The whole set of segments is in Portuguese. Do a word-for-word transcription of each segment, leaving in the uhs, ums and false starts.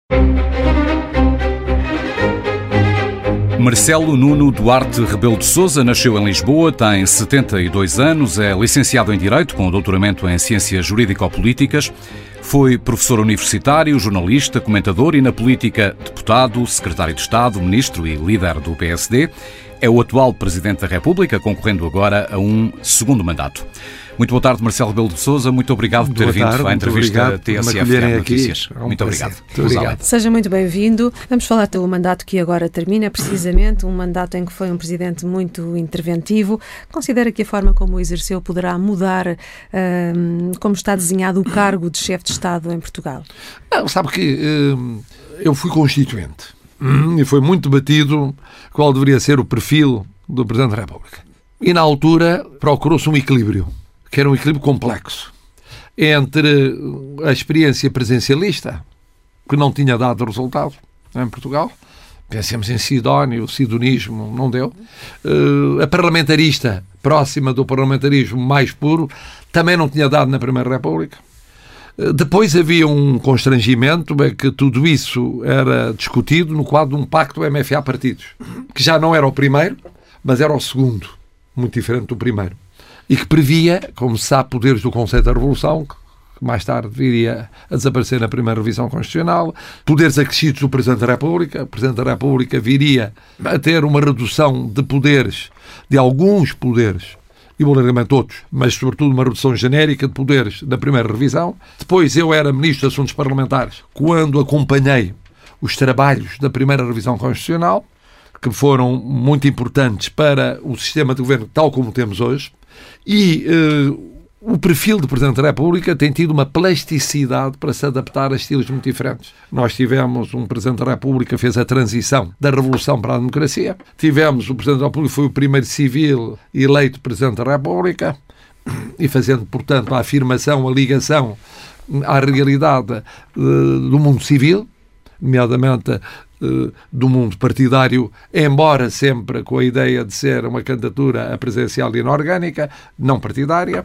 Marcelo Nuno Duarte Rebelo de Sousa nasceu em Lisboa, tem setenta e dois anos, é licenciado em Direito com doutoramento em Ciências Jurídico-Políticas, foi professor universitário, jornalista, comentador e na política deputado, secretário de Estado, ministro e líder do P S D. É o atual Presidente da República, concorrendo agora a um segundo mandato. Muito boa tarde, Marcelo Rebelo de Sousa. Muito obrigado por ter vindo à entrevista T S F M Notícias. É um muito obrigado. Muito obrigado. Seja muito bem-vindo. Vamos falar do mandato que agora termina, precisamente, um mandato em que foi um Presidente muito interventivo. Considera que a forma como o exerceu poderá mudar um, como está desenhado o cargo de chefe de Estado em Portugal? Não, sabe que um, eu fui constituinte e foi muito debatido qual deveria ser o perfil do Presidente da República. E na altura procurou-se um equilíbrio, que era um equilíbrio complexo, entre a experiência presencialista, que não tinha dado resultado em Portugal, pensemos em Sidónio, o sidonismo não deu, a parlamentarista, próxima do parlamentarismo mais puro, também não tinha dado na Primeira República. Depois havia um constrangimento, é que tudo isso era discutido no quadro de um pacto M F A-partidos, que já não era o primeiro, mas era o segundo, muito diferente do primeiro. E que previa, como se sabe, poderes do conceito da Revolução, que mais tarde viria a desaparecer na primeira revisão constitucional, poderes acrescidos do Presidente da República. O Presidente da República viria a ter uma redução de poderes, de alguns poderes, e largamente todos, mas sobretudo uma redução genérica de poderes na primeira revisão. Depois eu era Ministro de Assuntos Parlamentares, quando acompanhei os trabalhos da primeira revisão constitucional, que foram muito importantes para o sistema de governo tal como temos hoje. E uh, o perfil do Presidente da República tem tido uma plasticidade para se adaptar a estilos muito diferentes. Nós tivemos um Presidente da República que fez a transição da Revolução para a democracia. Tivemos o Presidente da República que foi o primeiro civil eleito Presidente da República e fazendo, portanto, a afirmação, a ligação à realidade uh, do mundo civil, nomeadamente uh, do mundo partidário, embora sempre com a ideia de ser uma candidatura a presidencial e inorgânica, não partidária.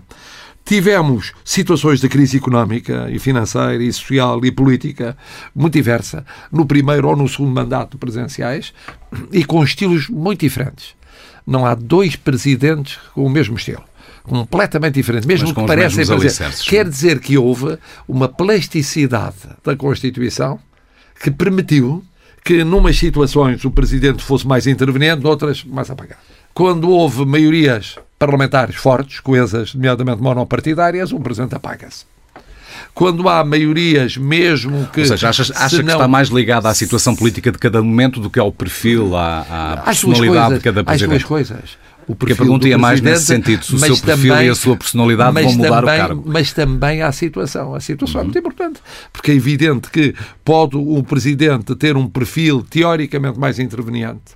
Tivemos situações de crise económica e financeira e social e política muito diversa no primeiro ou no segundo mandato presidenciais e com estilos muito diferentes. Não há dois presidentes com o mesmo estilo, completamente diferente, mesmo que parecem presidentes. Quer dizer que houve uma plasticidade da Constituição que permitiu que, numas situações, o Presidente fosse mais interveniente, noutras mais apagado. Quando houve maiorias parlamentares fortes, coesas, nomeadamente monopartidárias, o Presidente apaga-se. Quando há maiorias, mesmo que... Ou seja, achas, acha não, que está mais ligada à situação política de cada momento do que ao perfil, à, à personalidade coisas, de cada Presidente? Às duas coisas. O Porque a pergunta ia mais nesse sentido, se o seu perfil também, e a sua personalidade vão mudar também, o cargo. Mas também há a situação. A situação uhum. é muito importante, porque é evidente que pode o Presidente ter um perfil teoricamente mais interveniente,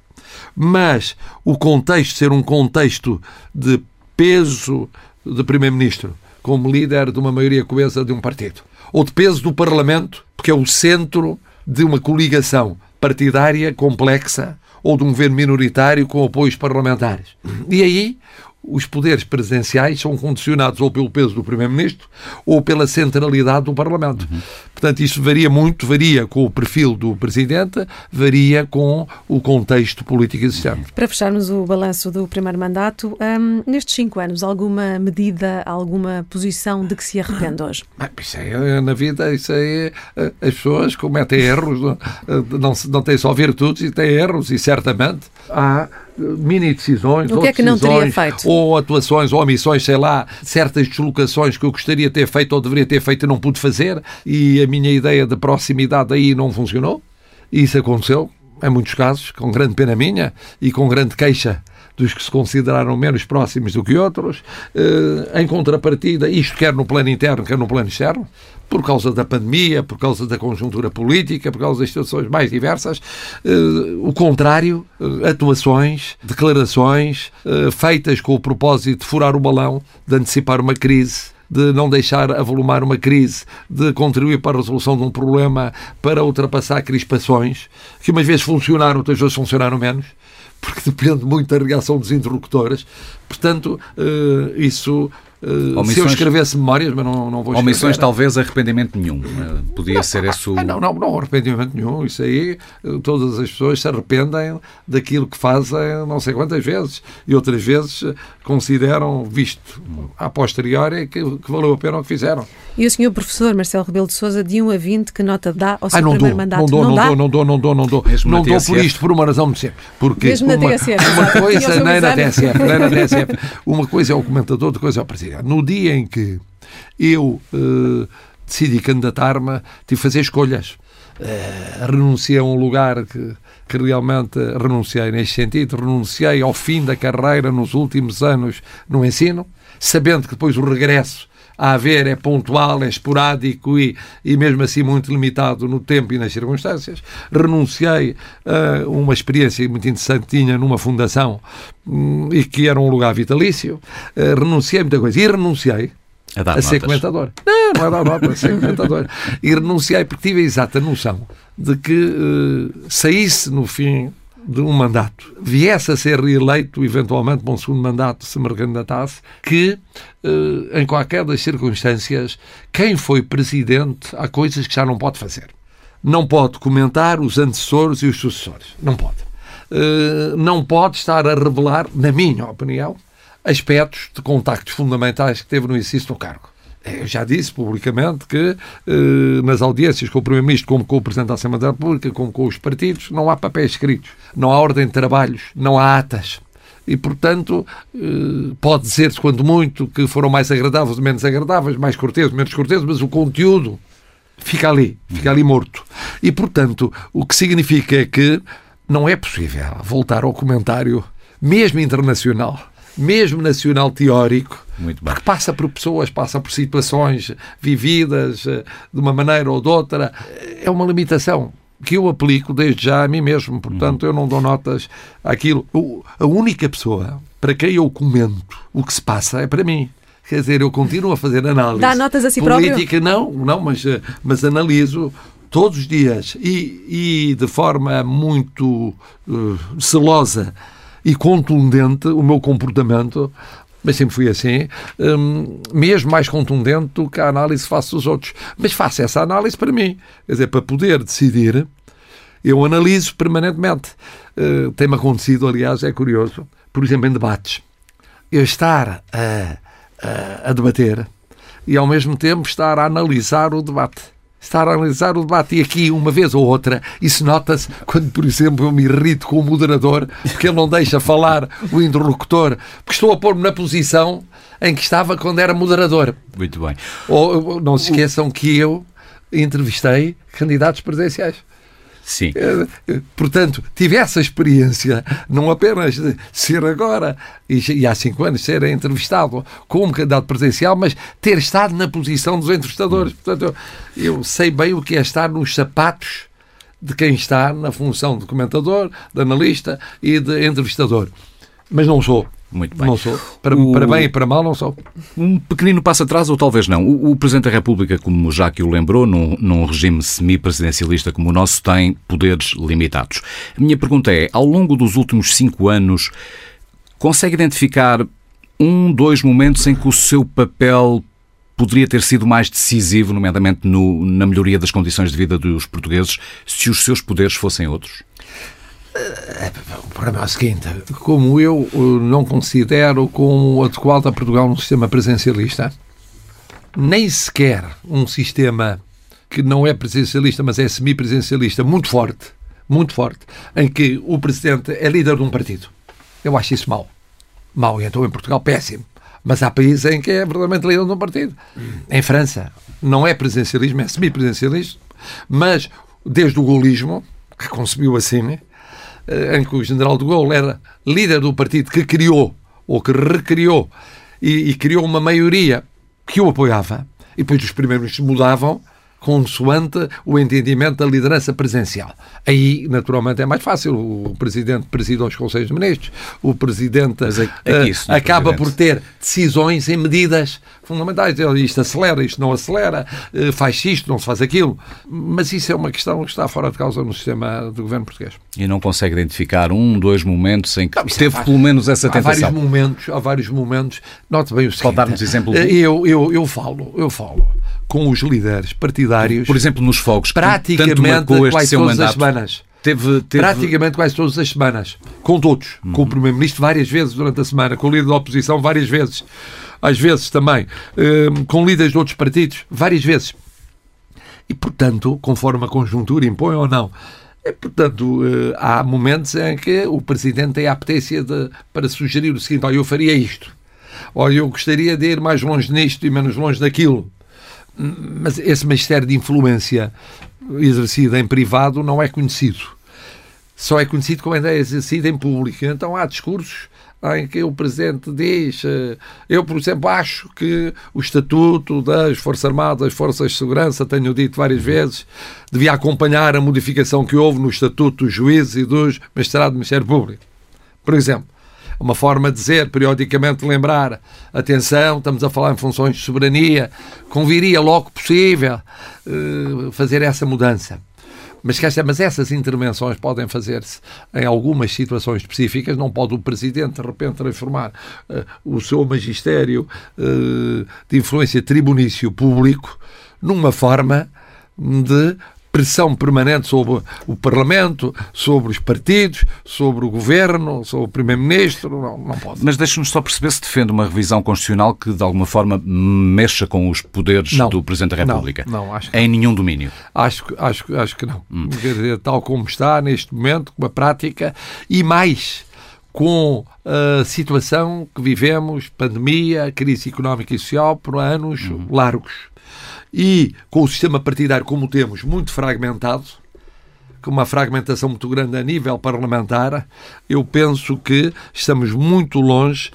mas o contexto ser um contexto de peso de Primeiro-Ministro como líder de uma maioria coesa de um partido, ou de peso do Parlamento, porque é o centro de uma coligação partidária complexa, ou de um governo minoritário com apoios parlamentares. E aí os poderes presidenciais são condicionados ou pelo peso do Primeiro-Ministro ou pela centralidade do Parlamento. Uhum. Portanto, isso varia muito, varia com o perfil do Presidente, varia com o contexto político existente. Para fecharmos o balanço do primeiro mandato, hum, nestes cinco anos, alguma medida, alguma posição de que se arrepende hoje? Isso é, na vida, isso é, as pessoas cometem erros, não, não, não têm só virtudes e têm erros, e certamente há mini decisões, o que ou é que não decisões, teria feito? Ou atuações, ou omissões, sei lá, certas deslocações que eu gostaria de ter feito ou deveria ter feito e não pude fazer, e a minha ideia de proximidade aí não funcionou. E isso aconteceu, em muitos casos, com grande pena minha e com grande queixa dos que se consideraram menos próximos do que outros. Em contrapartida, isto quer no plano interno, quer no plano externo, por causa da pandemia, por causa da conjuntura política, por causa das situações mais diversas, o contrário, atuações, declarações feitas com o propósito de furar o balão, de antecipar uma crise, de não deixar avolumar uma crise, de contribuir para a resolução de um problema, para ultrapassar crispações, que umas vezes funcionaram, outras vezes funcionaram menos, porque depende muito da reação dos interlocutores. Portanto, isso uh, se eu escrevesse memórias, mas não, não vou escrever. Omissões, talvez arrependimento nenhum. Uh, podia não, ser esse o... Não, não, não arrependimento nenhum. Isso aí, uh, todas as pessoas se arrependem daquilo que fazem não sei quantas vezes. E outras vezes uh, consideram, visto a posteriori, que, que valeu a pena o que fizeram. E o senhor professor Marcelo Rebelo de Sousa, de um a vinte, que nota dá ao seu ah, não primeiro dou, mandato? Não dou, não, não, dá? dou, não dou, não dou, não dou. Mesmo não dou por isto, por uma razão muito simples. Porque Mesmo uma, na T S F. Uma coisa, nem na T S F, nem na T S F. Uma coisa é o comentador, outra coisa é o presidente. No dia em que eu uh, decidi candidatar-me, tive de fazer escolhas. Uh, renunciei a um lugar que, que realmente renunciei neste sentido, renunciei ao fim da carreira nos últimos anos no ensino, sabendo que depois o regresso a haver é pontual, é esporádico e, e mesmo assim muito limitado no tempo e nas circunstâncias. Renunciei a uma experiência muito interessante que tinha numa fundação um, e que era um lugar vitalício. Uh, renunciei a muita coisa. E renunciei a, a ser comentador. Não, não é dar nota, a ser comentador. E renunciei porque tive a exata noção de que uh, saísse no fim de um mandato, viesse a ser reeleito eventualmente para um segundo mandato, se me recandidatasse, que eh, em qualquer das circunstâncias, quem foi presidente, há coisas que já não pode fazer. Não pode comentar os antecessores e os sucessores. Não pode. Eh, não pode estar a revelar, na minha opinião, aspectos de contactos fundamentais que teve no exercício do cargo. Eu já disse publicamente que eh, nas audiências com o Primeiro-Ministro, como com o Presidente da Assembleia da República, como com os partidos, não há papéis escritos, não há ordem de trabalhos, não há atas. E, portanto, eh, pode dizer-se, quando muito, que foram mais agradáveis ou menos agradáveis, mais corteses, menos corteses, mas o conteúdo fica ali, fica ali morto. E, portanto, o que significa é que não é possível voltar ao comentário, mesmo internacional, mesmo nacional teórico, muito bem, porque passa por pessoas, passa por situações vividas de uma maneira ou de outra. É uma limitação que eu aplico desde já a mim mesmo. Portanto, uhum. eu não dou notas àquilo. A única pessoa para quem eu comento o que se passa é para mim. Quer dizer, eu continuo a fazer análise. Dá notas a si política, próprio? Não, não, mas, mas analiso todos os dias e, e de forma muito uh, celosa e contundente o meu comportamento, mas sempre fui assim, um, mesmo mais contundente do que a análise que faço dos outros. Mas faço essa análise para mim. Quer dizer, para poder decidir, eu analiso permanentemente. Uh, tem-me acontecido, aliás, é curioso, por exemplo, em debates, eu estar a, a, a debater e, ao mesmo tempo, estar a analisar o debate. Estar a analisar o debate e aqui, uma vez ou outra, isso nota-se quando, por exemplo, eu me irrito com o moderador porque ele não deixa falar o interlocutor, porque estou a pôr-me na posição em que estava quando era moderador. Muito bem. Ou não se esqueçam que eu entrevistei candidatos presidenciais. Sim. Portanto, tive essa experiência, não apenas de ser agora, e há cinco anos, ser entrevistado como candidato presidencial, mas ter estado na posição dos entrevistadores. Portanto, eu, eu sei bem o que é estar nos sapatos de quem está na função de comentador, de analista e de entrevistador. Mas não sou. Muito bem. Não sou. Para, o... para bem e para mal, não sou. Um pequenino passo atrás, ou talvez não. O, o Presidente da República, como já que o lembrou, num, num regime semipresidencialista como o nosso, tem poderes limitados. A minha pergunta é, ao longo dos últimos cinco anos, consegue identificar um, dois momentos em que o seu papel poderia ter sido mais decisivo, nomeadamente no, na melhoria das condições de vida dos portugueses, se os seus poderes fossem outros? O problema é o seguinte, como eu não considero como adequado a Portugal um sistema presidencialista, nem sequer um sistema que não é presidencialista, mas é semipresidencialista, muito forte, muito forte, em que o Presidente é líder de um partido. Eu acho isso mau. Mau, e então em Portugal, péssimo. Mas há países em que é verdadeiramente líder de um partido. Em França, não é presidencialismo, é semipresidencialismo, mas desde o gaullismo, que concebeu assim, em que o general de Gaulle era líder do partido que criou, ou que recriou, e, e criou uma maioria que o apoiava, e depois os primeiros mudavam consoante o entendimento da liderança presencial. Aí, naturalmente, é mais fácil. O Presidente preside os Conselhos de Ministros, o Presidente Mas aqui, uh, acaba Presidente. por ter decisões em medidas fundamentais. Isto acelera, isto não acelera, uh, faz isto, não se faz aquilo. Mas isso é uma questão que está fora de causa no sistema do governo português. E não consegue identificar um, dois momentos em que não, teve há, pelo menos essa há tentação? Vários momentos, há vários momentos. Note bem o seguinte. Pode dar-nos exemplo? De... Eu, eu, eu falo, eu falo com os líderes partidários. Por exemplo, nos fogos, praticamente tanto marcou este quase seu todas mandato. as semanas. Teve, teve... Praticamente quase todas as semanas. Com todos. Uhum. Com o Primeiro-Ministro várias vezes durante a semana. Com o líder da oposição várias vezes. Às vezes também. Um, com líderes de outros partidos várias vezes. E, portanto, conforme a conjuntura impõe ou não, é, portanto, uh, há momentos em que o Presidente tem a apetência de, para sugerir o seguinte: olha, eu faria isto. Olha, eu gostaria de ir mais longe nisto e menos longe daquilo. Mas esse mistério de influência exercida em privado não é conhecido. Só é conhecido quando é exercido em público. Então há discursos em que o Presidente diz: eu, por exemplo, acho que o Estatuto das Forças Armadas, das Forças de Segurança, tenho dito várias vezes, devia acompanhar a modificação que houve no Estatuto dos Juízes e dos Magistrados do Ministério Público. Por exemplo. Uma forma de dizer, periodicamente lembrar, atenção, estamos a falar em funções de soberania, conviria logo possível uh, fazer essa mudança. Mas, mas essas intervenções podem fazer-se em algumas situações específicas. Não pode o Presidente, de repente, transformar uh, o seu magistério uh, de influência tribunício público numa forma de pressão permanente sobre o Parlamento, sobre os partidos, sobre o Governo, sobre o Primeiro-Ministro. Não, não pode. Mas deixe-nos só perceber se defende uma revisão constitucional que, de alguma forma, mexa com os poderes não, do Presidente da República. Não, não acho que em não. nenhum domínio. Acho, acho, acho que não. Hum. Quer dizer, tal como está neste momento, com a prática, e mais com a situação que vivemos, pandemia, crise económica e social, por anos hum. largos. E com o sistema partidário como temos, muito fragmentado, com uma fragmentação muito grande a nível parlamentar, eu penso que estamos muito longe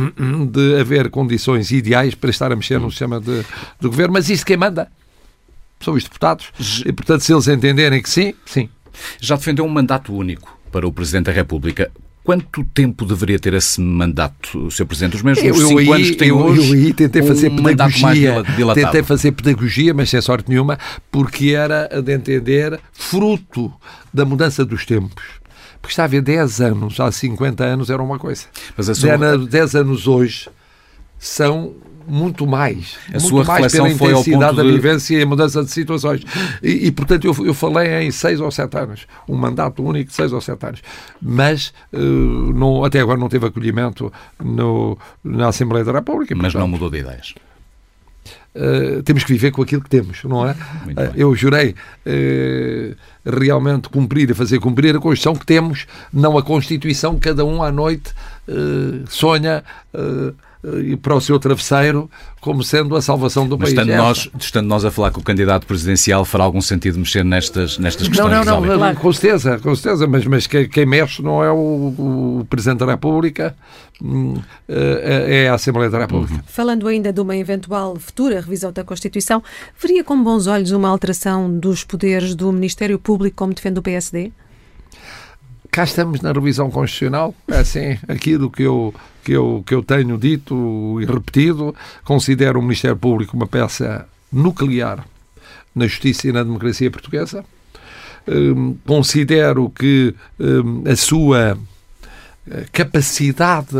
de haver condições ideais para estar a mexer no sistema de, de governo. Mas isso quem manda são os deputados. E, portanto, se eles entenderem que sim, sim. Já defendeu um mandato único para o Presidente da República. Quanto tempo deveria ter esse mandato, senhor Presidente? Os mesmos eu, cinco eu, anos que tem eu, hoje? Eu aí tentei fazer um pedagogia, tentei fazer pedagogia, mas sem sorte nenhuma, porque era de entender fruto da mudança dos tempos. Porque está a haver dez anos, há cinquenta anos era uma coisa. Mas a sua... dez anos hoje são muito mais. A muito sua mais reflexão pela foi ao intensidade ponto da de... vivência e a mudança de situações. E, e portanto, eu, eu falei em seis ou sete anos. Um mandato único de seis ou sete anos. Mas uh, não, até agora não teve acolhimento no, na Assembleia da República. Mas portanto, não mudou de ideias. Uh, temos que viver com aquilo que temos, não é? Uh, eu jurei uh, realmente cumprir e fazer cumprir a Constituição que temos, não a Constituição que cada um à noite uh, sonha uh, uh, para o seu travesseiro como sendo a salvação do Mas país. Estando nós, estando nós a falar com o candidato presidencial, fará algum sentido mexer nestas, nestas questões? Não, não, não, claro. com certeza, com certeza, mas, mas quem, quem mexe não é o, o Presidente da República, é a Assembleia da República. Uhum. Falando ainda de uma eventual futura revisão da Constituição, veria com bons olhos uma alteração dos poderes do Ministério Público, como defende o P S D? Cá estamos na revisão constitucional, é assim, aquilo que eu, que, eu, que eu tenho dito e repetido, considero o Ministério Público uma peça nuclear na justiça e na democracia portuguesa. Hum, considero que hum, a sua capacidade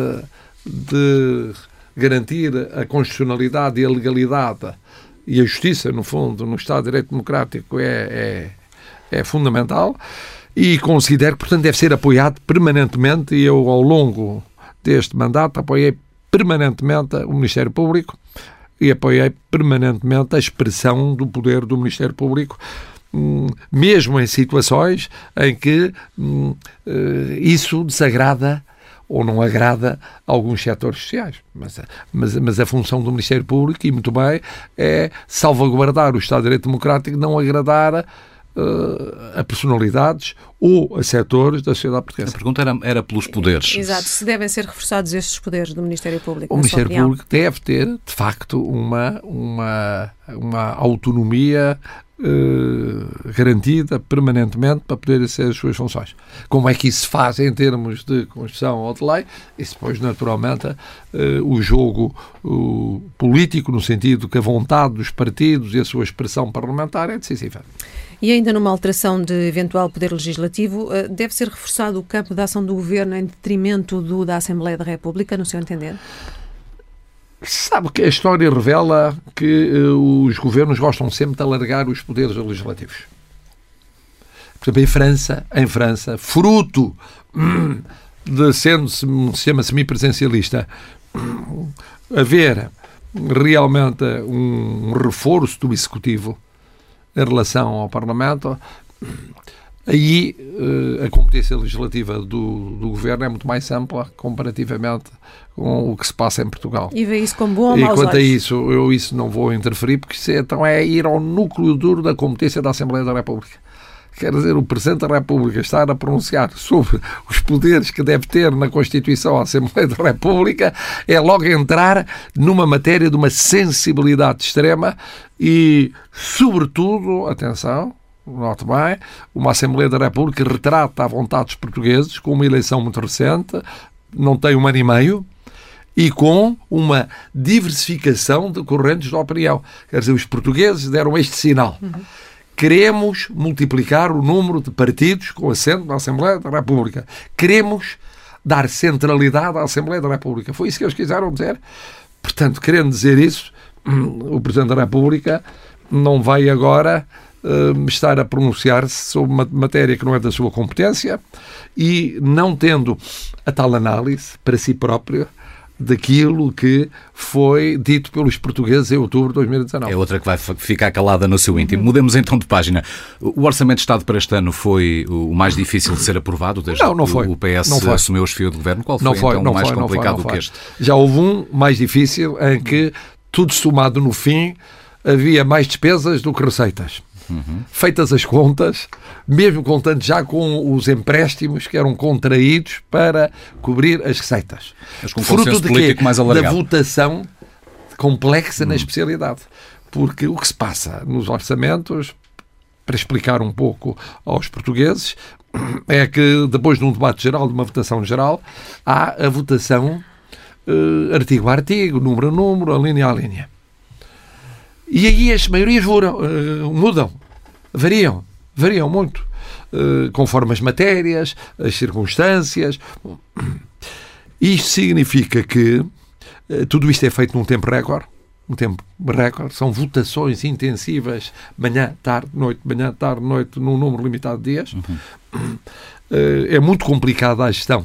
de garantir a constitucionalidade e a legalidade e a justiça, no fundo, no Estado de Direito Democrático é, é, é fundamental. E considero que, portanto, deve ser apoiado permanentemente, e eu, ao longo deste mandato, apoiei permanentemente o Ministério Público e apoiei permanentemente a expressão do poder do Ministério Público, mesmo em situações em que hum, isso desagrada ou não agrada a alguns setores sociais. Mas, mas, mas a função do Ministério Público, e muito bem, é salvaguardar o Estado de Direito Democrático, não agradar uh, a personalidades ou a setores da sociedade portuguesa. A pergunta era, era pelos poderes. Exato. Se devem ser reforçados estes poderes do Ministério Público, O Ministério Público deve ter, de facto, uma, uma, uma autonomia uh, garantida permanentemente para poder exercer as suas funções. Como é que isso se faz em termos de Constituição ou de lei? Isso depois, naturalmente, uh, o jogo uh, político, no sentido que a vontade dos partidos e a sua expressão parlamentar é decisiva. E ainda numa alteração de eventual poder legislativo, deve ser reforçado o campo de ação do Governo em detrimento do da Assembleia da República, no seu entender? Sabe que a história revela que uh, os governos gostam sempre de alargar os poderes legislativos. Por exemplo, em França, em França, fruto hum, de sendo um sistema semipresencialista, hum, haver realmente um reforço do Executivo em relação ao Parlamento, aí a competência legislativa do, do Governo é muito mais ampla comparativamente com o que se passa em Portugal. E vê isso como bom ou E maus quanto olhos? a isso, eu isso não vou interferir, porque isso é, então é ir ao núcleo duro da competência da Assembleia da República. Quer dizer, o Presidente da República estar a pronunciar sobre os poderes que deve ter na Constituição a Assembleia da República é logo entrar numa matéria de uma sensibilidade extrema e, sobretudo, atenção, note bem, uma Assembleia da República que retrata a vontade dos portugueses com uma eleição muito recente, não tem um ano e meio, e com uma diversificação de correntes de opinião. Quer dizer, os portugueses deram este sinal. Uhum. Queremos multiplicar o número de partidos com assento na Assembleia da República. Queremos dar centralidade à Assembleia da República. Foi isso que eles quiseram dizer. Portanto, querendo dizer isso, o Presidente da República não vai agora uh, estar a pronunciar-se sobre uma matéria que não é da sua competência e não tendo a tal análise para si próprio daquilo que foi dito pelos portugueses em outubro de dois mil e dezanove. É outra que vai ficar calada no seu íntimo. Mudemos então de página. O Orçamento de Estado para este ano foi o mais difícil de ser aprovado desde não, não foi. que o P S não foi. assumiu o esfio de governo? Qual foi, não foi então não o mais foi, complicado não foi, não do que foi. este? Já houve um mais difícil em que, tudo somado no fim, havia mais despesas do que receitas. Uhum. Feitas as contas, mesmo contando já com os empréstimos que eram contraídos para cobrir as receitas. Mas com fruto de quê? Mais da votação complexa uhum. na especialidade. Porque o que se passa nos orçamentos, para explicar um pouco aos portugueses, é que depois de um debate geral, de uma votação geral, há a votação uh, artigo a artigo, número a número, a linha a linha. E aí as maiorias muram, uh, mudam, variam, variam muito, uh, conforme as matérias, as circunstâncias. Isto significa que uh, tudo isto é feito num tempo recorde, um tempo recorde, são votações intensivas, manhã, tarde, noite, manhã, tarde, noite, num número limitado de dias. Uhum. Uh, é muito complicada a gestão.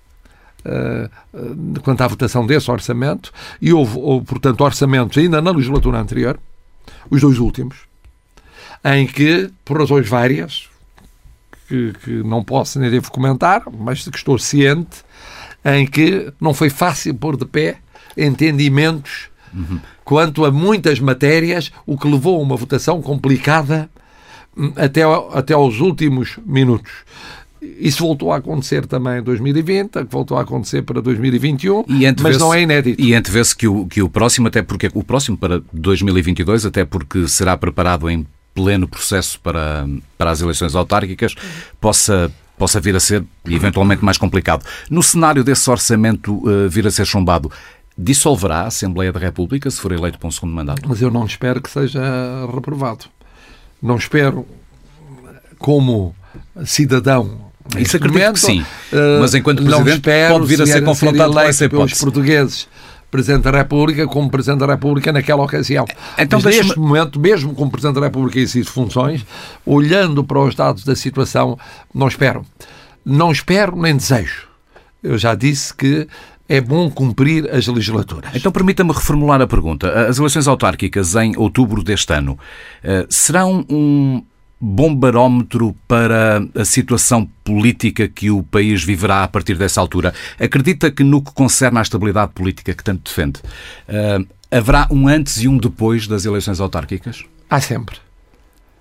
Uh, uh, quanto à votação desse orçamento, e houve, houve, portanto, orçamentos ainda na legislatura anterior, os dois últimos, em que, por razões várias, que, que não posso nem devo comentar, mas de que estou ciente, em que não foi fácil pôr de pé entendimentos uhum. quanto a muitas matérias, o que levou a uma votação complicada até, até aos últimos minutos. Isso voltou a acontecer também em dois mil e vinte, voltou a acontecer para dois mil e vinte e um, mas não é inédito. E antevê-se que o, que o próximo, até porque o próximo para dois mil e vinte e dois, até porque será preparado em pleno processo para, para as eleições autárquicas, possa, possa vir a ser eventualmente mais complicado. No cenário desse orçamento uh, vir a ser chumbado, dissolverá a Assembleia da República se for eleito para um segundo mandato? Mas eu não espero que seja reprovado. Não espero, como cidadão. Isso acredito momento, que sim, uh, mas enquanto Presidente pode vir a ser confrontado com essa hipótese. Pelos portugueses, Presidente da República, como Presidente da República naquela ocasião. Então, mas neste momento, mesmo como Presidente da República em exercício de funções, olhando para os dados da situação, não espero. Não espero nem desejo. Eu já disse que é bom cumprir as legislaturas. Então permita-me reformular a pergunta. As eleições autárquicas em outubro deste ano uh, serão um bom barómetro para a situação política que o país viverá a partir dessa altura? Acredita que no que concerne à estabilidade política que tanto defende, uh, haverá um antes e um depois das eleições autárquicas? Há sempre.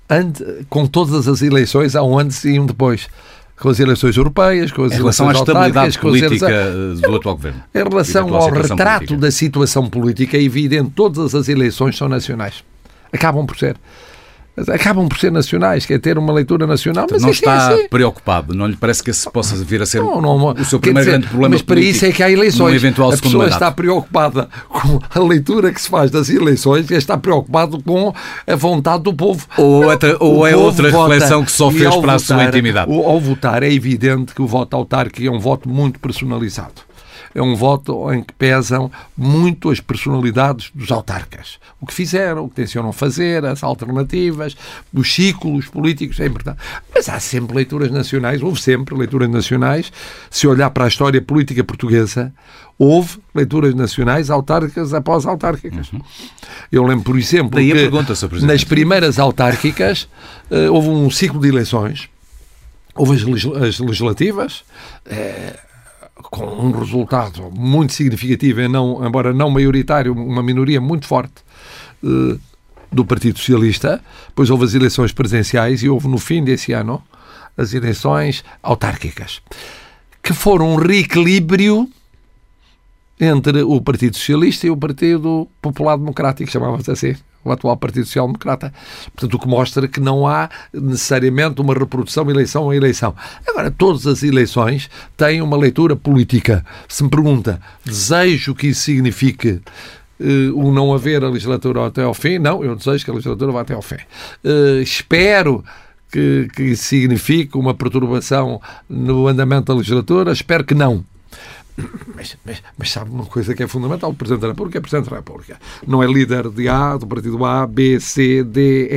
antes, com todas as eleições, há um antes e um depois. Com as eleições europeias, com as em relação eleições à estabilidade política eleições... do atual governo. Em relação ao retrato política. da situação política, é evidente, todas as eleições são nacionais. Acabam por ser. Acabam por ser nacionais, quer ter uma leitura nacional. Então, mas não é está que é assim. preocupado, não lhe parece que esse possa vir a ser não, não, o seu primeiro dizer, grande problema mas para isso é que há eleições. Eventual a pessoa mandato. está preocupada com a leitura que se faz das eleições e está preocupado com a vontade do povo. Ou, não, outra, ou é outra reflexão que só fez para votar, a sua intimidade. Ao votar é evidente que o voto autárquico é um voto muito personalizado. É um voto em que pesam muito as personalidades dos autarcas. O que fizeram, o que tencionam fazer, as alternativas, os ciclos políticos, é importante. Mas há sempre leituras nacionais, houve sempre leituras nacionais. Se olhar para a história política portuguesa, houve leituras nacionais autárquicas após autárquicas. Uhum. Eu lembro, por exemplo, Daí que a pergunta, Senhor Presidente. nas primeiras autárquicas uh, houve um ciclo de eleições, houve as, legis- as legislativas, uh, com um resultado muito significativo, e não, embora não maioritário, uma minoria muito forte uh, do Partido Socialista. Depois houve as eleições presidenciais e houve no fim desse ano as eleições autárquicas, que foram um reequilíbrio entre o Partido Socialista e o Partido Popular Democrático, chamava-se assim, o atual Partido Social Democrata. Portanto, o que mostra que não há necessariamente uma reprodução eleição a eleição. Agora, todas as eleições têm uma leitura política. Se me pergunta, desejo que isso signifique uh, o não haver a legislatura até ao fim? Não, eu desejo que a legislatura vá até ao fim. Uh, espero que, que isso signifique uma perturbação no andamento da legislatura? Espero que não. Mas, mas, mas sabe uma coisa que é fundamental? O Presidente da República é Presidente da República. Não é líder de A, do partido A, B, C, D,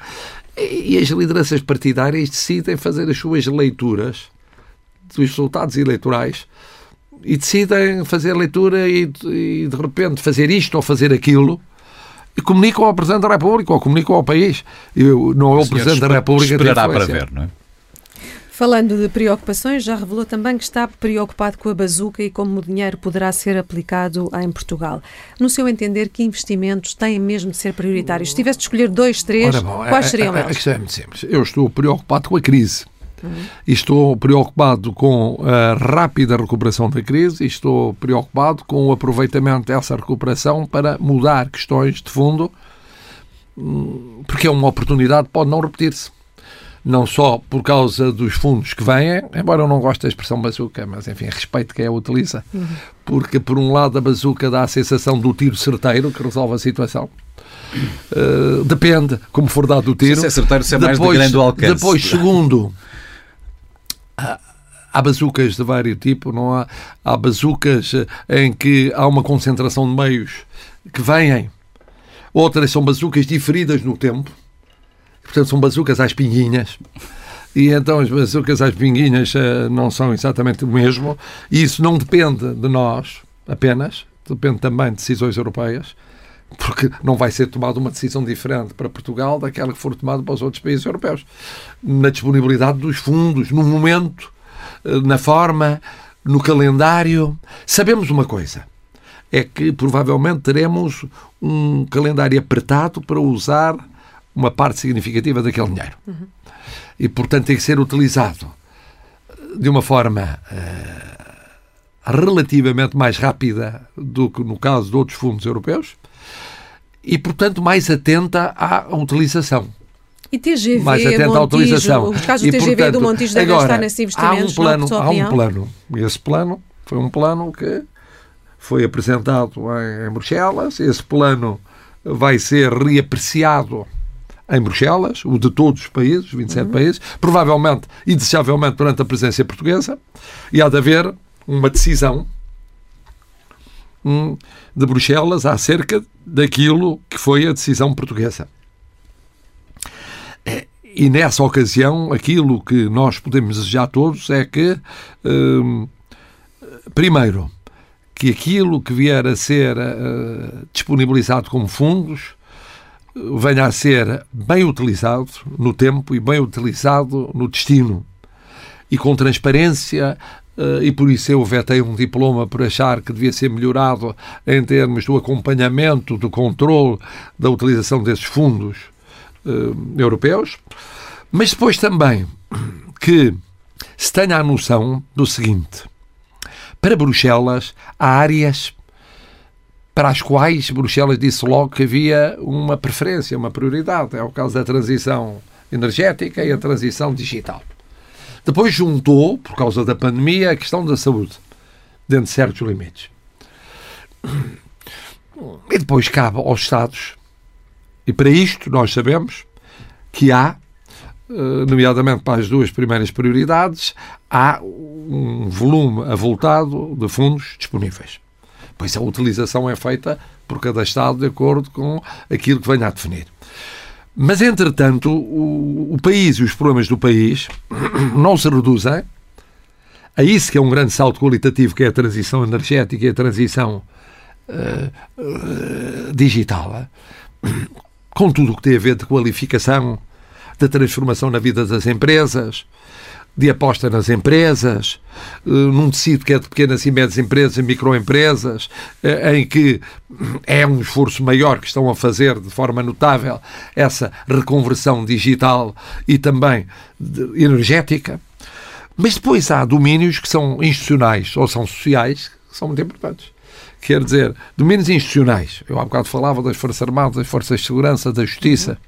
E. E as lideranças partidárias decidem fazer as suas leituras dos resultados eleitorais e decidem fazer a leitura e, e de repente fazer isto ou fazer aquilo e comunicam ao Presidente da República ou comunicam ao país. Eu, não é o Presidente da República que esperará para ver, não é? Falando de preocupações, já revelou também que está preocupado com a bazuca e como o dinheiro poderá ser aplicado em Portugal. No seu entender, que investimentos têm mesmo de ser prioritários? Se tivesse de escolher dois, três, Ora, bom, quais a, seriam a, eles? A questão é muito simples. Eu estou preocupado com a crise. Uhum. E estou preocupado com a rápida recuperação da crise e estou preocupado com o aproveitamento dessa recuperação para mudar questões de fundo, porque é uma oportunidade que pode não repetir-se. Não só por causa dos fundos que vêm, embora eu não goste da expressão bazuca, mas enfim, respeito quem a utiliza, uhum. porque por um lado a bazuca dá a sensação do tiro certeiro que resolve a situação. Uh, depende como for dado o tiro. Se é certeiro, se é mais depois, de grande alcance. Depois, segundo, há, há bazucas de vários tipos, não há? Há bazucas em que há uma concentração de meios que vêm, outras são bazucas diferidas no tempo. Portanto, são bazucas às pinguinhas. E então as bazucas às pinguinhas uh, não são exatamente o mesmo. E isso não depende de nós apenas. Depende também de decisões europeias. Porque não vai ser tomada uma decisão diferente para Portugal daquela que for tomada para os outros países europeus. Na disponibilidade dos fundos, no momento, uh, na forma, no calendário. Sabemos uma coisa. É que provavelmente teremos um calendário apertado para usar uma parte significativa daquele dinheiro. Uhum. E, portanto, tem que ser utilizado de uma forma uh, relativamente mais rápida do que no caso de outros fundos europeus e, portanto, mais atenta à utilização. E T G V, mais atenta Montijo, à utilização. os casos do T G V portanto, do Montijo devem agora, estar nesses investimentos, há um plano, não, há um plano. E esse plano foi um plano que foi apresentado em, em Bruxelas. Esse plano vai ser reapreciado em Bruxelas, o de todos os países, vinte e sete uhum. países, provavelmente e desejavelmente durante a presidência portuguesa, e há de haver uma decisão hum, de Bruxelas acerca daquilo que foi a decisão portuguesa. E nessa ocasião, aquilo que nós podemos desejar todos é que, hum, primeiro, que aquilo que vier a ser uh, disponibilizado como fundos venha a ser bem utilizado no tempo e bem utilizado no destino e com transparência, e por isso eu vetei um diploma por achar que devia ser melhorado em termos do acompanhamento, do controle da utilização desses fundos uh, europeus, mas depois também que se tenha a noção do seguinte: para Bruxelas há áreas para as quais Bruxelas disse logo que havia uma preferência, uma prioridade. É o caso da transição energética e a transição digital. Depois juntou, por causa da pandemia, a questão da saúde, dentro de certos limites. E depois cabe aos Estados, e para isto nós sabemos que há, nomeadamente para as duas primeiras prioridades, há um volume avultado de fundos disponíveis. Pois a utilização é feita por cada Estado de acordo com aquilo que venha a definir. Mas, entretanto, o, o país e os problemas do país não se reduzem a isso, que é um grande salto qualitativo, que é a transição energética e a transição uh, uh, digital, com tudo o que tem a ver de qualificação, de transformação na vida das empresas, de aposta nas empresas, num tecido que é de pequenas e médias empresas e microempresas, em que é um esforço maior que estão a fazer de forma notável essa reconversão digital e também energética. Mas depois há domínios que são institucionais ou são sociais, que são muito importantes. Quer dizer, domínios institucionais. Eu há bocado falava das Forças Armadas, das Forças de Segurança, da Justiça.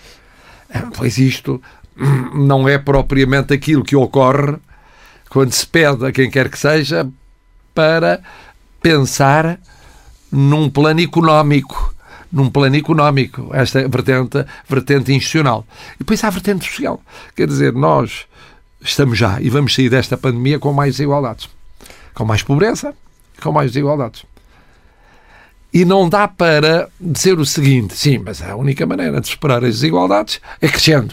Pois isto não é propriamente aquilo que ocorre quando se pede a quem quer que seja para pensar num plano económico, num plano económico, esta vertente, vertente institucional. E depois há a vertente social. Quer dizer, nós estamos já e vamos sair desta pandemia com mais desigualdades, com mais pobreza, com mais desigualdades. E não dá para dizer o seguinte: sim, mas a única maneira de superar as desigualdades é crescendo.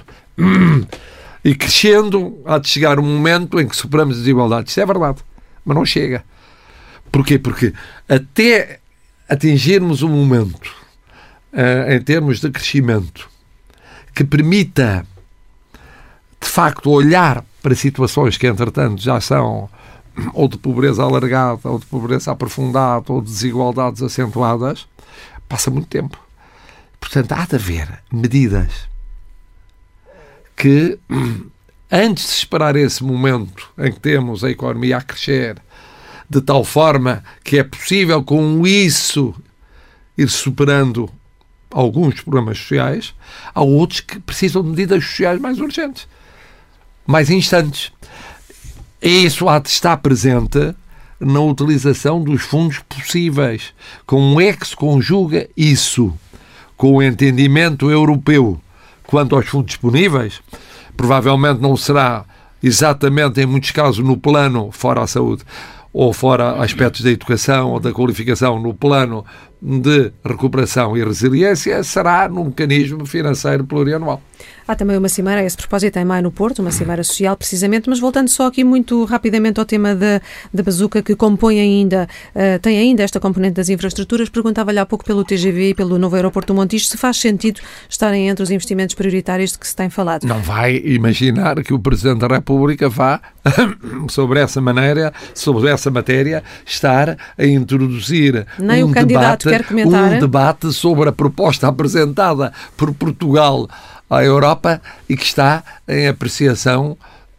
E crescendo há de chegar um momento em que superamos as desigualdades. Isso é verdade, mas não chega. Porquê? Porque até atingirmos um momento, uh, em termos de crescimento, que permita, de facto, olhar para situações que, entretanto, já são ou de pobreza alargada, ou de pobreza aprofundada, ou de desigualdades acentuadas, passa muito tempo. Portanto, há de haver medidas que, antes de esperar esse momento em que temos a economia a crescer, de tal forma que é possível com isso ir superando alguns problemas sociais, há outros que precisam de medidas sociais mais urgentes, mais instantes. E isso há de estar presente na utilização dos fundos possíveis. Como é que se conjuga isso com o entendimento europeu quanto aos fundos disponíveis? Provavelmente não será exatamente, em muitos casos, no plano fora a saúde, ou fora aspectos da educação ou da qualificação, no plano de recuperação e resiliência, será no mecanismo financeiro plurianual. Há também uma cimeira a esse propósito em maio no Porto, uma cimeira social precisamente, mas voltando só aqui muito rapidamente ao tema da, da bazuca, que compõe ainda, uh, tem ainda esta componente das infraestruturas, perguntava-lhe há pouco pelo T G V e pelo novo aeroporto do Montijo se faz sentido estarem entre os investimentos prioritários de que se tem falado. Não vai imaginar que o Presidente da República vá, sobre essa maneira, sobre essa matéria, estar a introduzir Nem um o candidato debate, quer comentar. um debate sobre a proposta apresentada por Portugal à Europa e que está em apreciação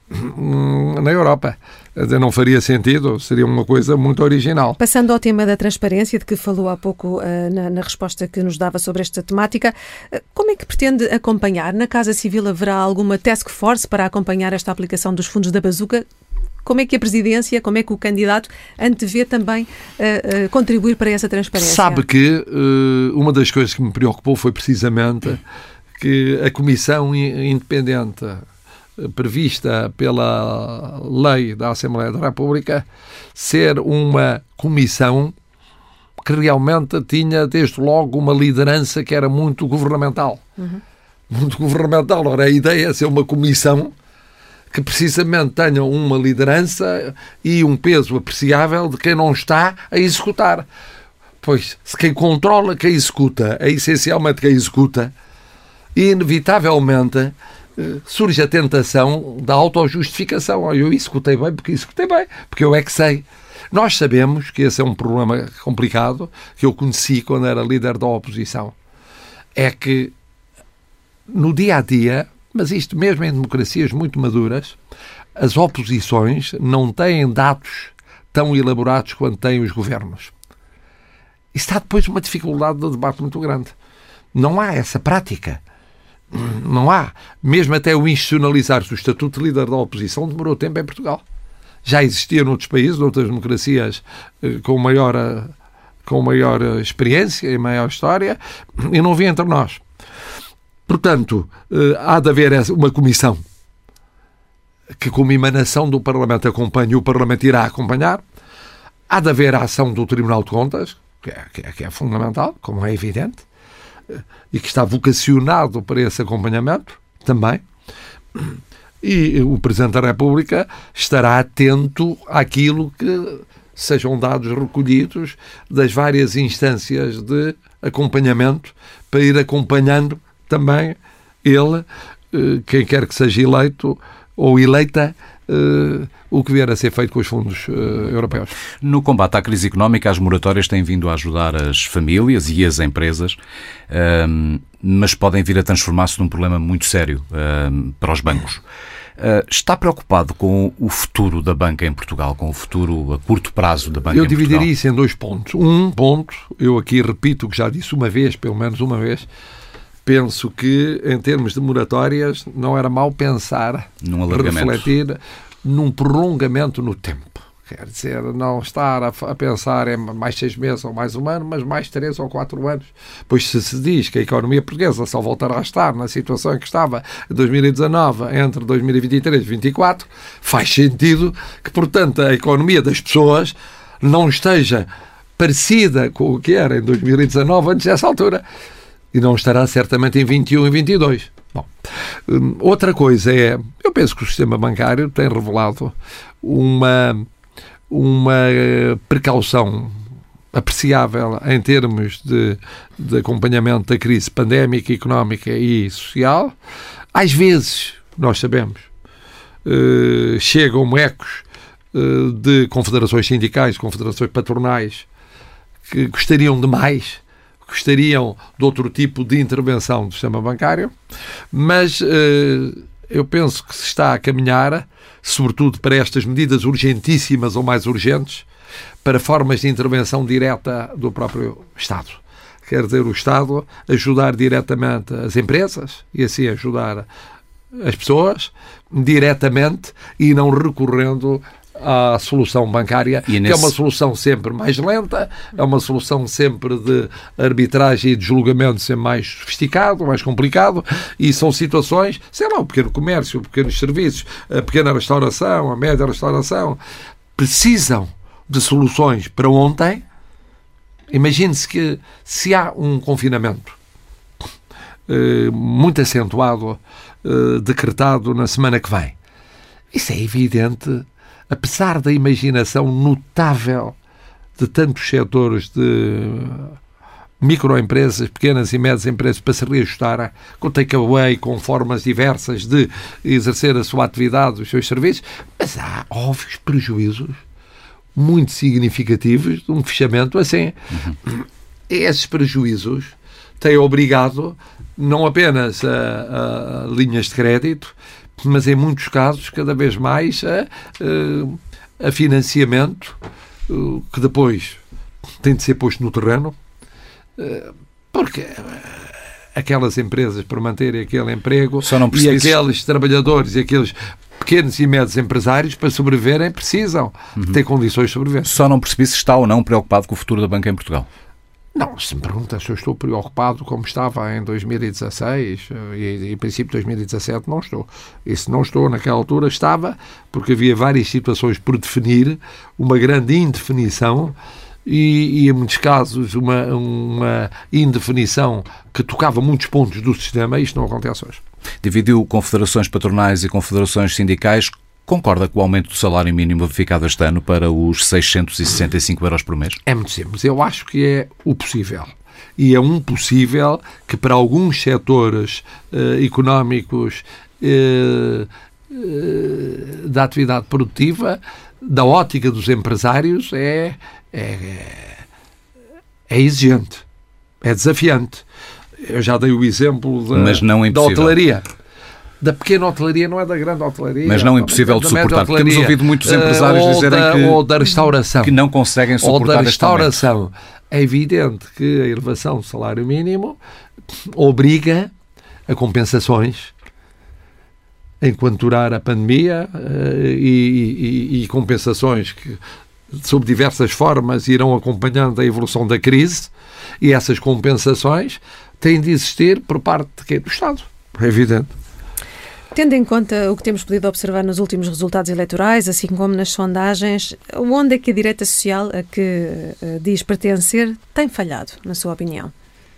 hum, na Europa. Não faria sentido, seria uma coisa muito original. Passando ao tema da transparência, de que falou há pouco uh, na, na resposta que nos dava sobre esta temática, uh, como é que pretende acompanhar? Na Casa Civil haverá alguma task force para acompanhar esta aplicação dos fundos da bazuca? Como é que a Presidência, como é que o candidato antevê também uh, uh, contribuir para essa transparência? Sabe que uh, uma das coisas que me preocupou foi precisamente que a Comissão Independente prevista pela lei da Assembleia da República ser uma comissão que realmente tinha desde logo uma liderança que era muito governamental. Uhum. Muito governamental. Ora, a ideia é ser uma comissão que precisamente tenha uma liderança e um peso apreciável de quem não está a executar. Pois, se quem controla, quem executa, é essencialmente quem executa, e inevitavelmente surge a tentação da autojustificação. Eu executei bem porque executei bem, porque eu é que sei. Nós sabemos que esse é um problema complicado, que eu conheci quando era líder da oposição. É que no dia-a-dia, mas isto mesmo em democracias muito maduras, as oposições não têm dados tão elaborados quanto têm os governos. Isso está depois uma dificuldade do debate muito grande. Não há essa prática. Não há. Mesmo até o institucionalizar-se o estatuto de líder da oposição demorou tempo em Portugal. Já existia noutros países, noutras democracias com maior, com maior experiência e maior história, e não havia entre nós. Portanto, há de haver uma comissão que, como emanação do Parlamento, acompanhe, e o Parlamento irá acompanhar. Há de haver a ação do Tribunal de Contas, que é, que é, que é fundamental, como é evidente, e que está vocacionado para esse acompanhamento também. E o Presidente da República estará atento àquilo que sejam dados recolhidos das várias instâncias de acompanhamento, para ir acompanhando também ele, quem quer que seja eleito ou eleita, Uh, o que vier a ser feito com os fundos uh, europeus. No combate à crise económica, as moratórias têm vindo a ajudar as famílias e as empresas, uh, mas podem vir a transformar-se num problema muito sério uh, para os bancos. Uh, está preocupado com o futuro da banca em Portugal, com o futuro a curto prazo da banca em Portugal? Eu dividiria isso em dois pontos. Um ponto, eu aqui repito o que já disse uma vez, pelo menos uma vez, penso que, em termos de moratórias, não era mau pensar, num refletir num prolongamento no tempo. Quer dizer, não estar a, a pensar em mais seis meses ou mais um ano, mas mais três ou quatro anos. Pois se se diz que a economia portuguesa só voltará a estar na situação em que estava em dois mil e dezanove, entre dois mil e vinte e três e dois mil e vinte e quatro, faz sentido que, portanto, a economia das pessoas não esteja parecida com o que era em dois mil e dezanove, antes dessa altura. E não estará certamente em vinte e um e vinte e dois. Bom, outra coisa é, eu penso que o sistema bancário tem revelado uma, uma precaução apreciável em termos de, de acompanhamento da crise pandémica, económica e social. Às vezes, nós sabemos, eh, chegam ecos eh, de confederações sindicais, confederações patronais, que gostariam de mais, gostariam de outro tipo de intervenção do sistema bancário, mas eh, eu penso que se está a caminhar, sobretudo para estas medidas urgentíssimas ou mais urgentes, para formas de intervenção direta do próprio Estado. Quer dizer, o Estado ajudar diretamente as empresas e assim ajudar as pessoas diretamente e não recorrendo à solução bancária, nesse... que é uma solução sempre mais lenta, é uma solução sempre de arbitragem e de julgamento sempre mais sofisticado, mais complicado, e são situações, sei lá, o pequeno comércio, os pequenos serviços, a pequena restauração, a média restauração, precisam de soluções para ontem. Imagine-se que se há um confinamento eh, muito acentuado, eh, decretado na semana que vem, isso é evidente. Apesar da imaginação notável de tantos setores de microempresas, pequenas e médias empresas para se reajustarem, com takeaway, com formas diversas de exercer a sua atividade, os seus serviços, mas há óbvios prejuízos muito significativos de um fechamento assim. Uhum. Esses prejuízos têm obrigado não apenas a, a linhas de crédito, mas em muitos casos cada vez mais a, a financiamento que depois tem de ser posto no terreno, porque aquelas empresas, para manterem aquele emprego, e aqueles trabalhadores e aqueles pequenos e médios empresários, para sobreviverem, precisam uhum. ter condições de sobreviver. Só não percebi se está ou não preocupado com o futuro da banca em Portugal. Não, se me perguntas se eu estou preocupado como estava em dois mil e dezasseis e em princípio dois mil e dezassete, não estou. E se não estou naquela altura, estava, porque havia várias situações por definir, uma grande indefinição e, e em muitos casos uma, uma indefinição que tocava muitos pontos do sistema, e isto não acontece hoje. Dividiu confederações patronais e confederações sindicais. Concorda com o aumento do salário mínimo verificado este ano para os seiscentos e sessenta e cinco euros por mês? É muito simples. Eu acho que é o possível. E é um possível que para alguns setores eh, económicos eh, eh, da atividade produtiva, da ótica dos empresários, é, é, é exigente, é desafiante. Eu já dei o exemplo da, Mas não da hotelaria. Da pequena hotelaria, não é da grande hotelaria. Mas não impossível de suportar. Temos ouvido muitos empresários ou dizerem da, que, ou da restauração, que não conseguem suportar. Ou da restauração. É evidente que a elevação do salário mínimo obriga a compensações enquanto durar a pandemia e, e, e compensações que, sob diversas formas, irão acompanhando a evolução da crise, e essas compensações têm de existir por parte de quê? Do Estado. É evidente. Tendo em conta o que temos podido observar nos últimos resultados eleitorais, assim como nas sondagens, onde é que a direita social a que uh, diz pertencer tem falhado, na sua opinião?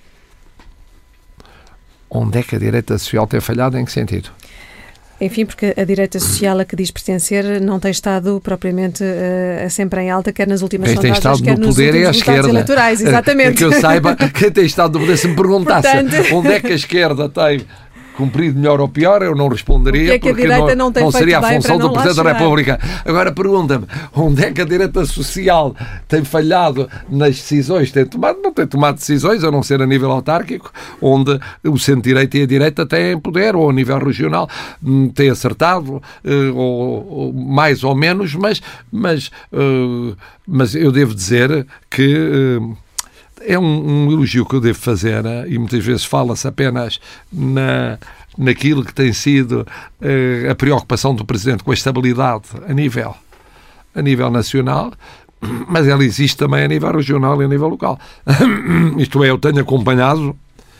Onde é que a direita social tem falhado? Em que sentido? Enfim, porque a direita social a que diz pertencer não tem estado propriamente uh, sempre em alta, quer nas últimas quem sondagens, tem estado quer no nos poder últimos é a resultados esquerda. eleitorais. Exatamente. Que eu saiba, quem tem estado no poder, se me perguntasse Portanto... onde é que a esquerda tem cumprido melhor ou pior, eu não responderia, é que a porque direita não, não, tem não seria a feito função do Presidente da chegar. República. Agora pergunta-me, onde é que a direita social tem falhado nas decisões que tem tomado? Não tem tomado decisões, a não ser a nível autárquico, onde o centro-direita e a direita têm poder, ou a nível regional têm acertado, ou, ou mais ou menos, mas, mas, mas eu devo dizer que é um, um elogio que eu devo fazer, e muitas vezes fala-se apenas na, naquilo que tem sido uh, a preocupação do Presidente com a estabilidade a nível, a nível nacional, mas ela existe também a nível regional e a nível local. Isto é, eu tenho acompanhado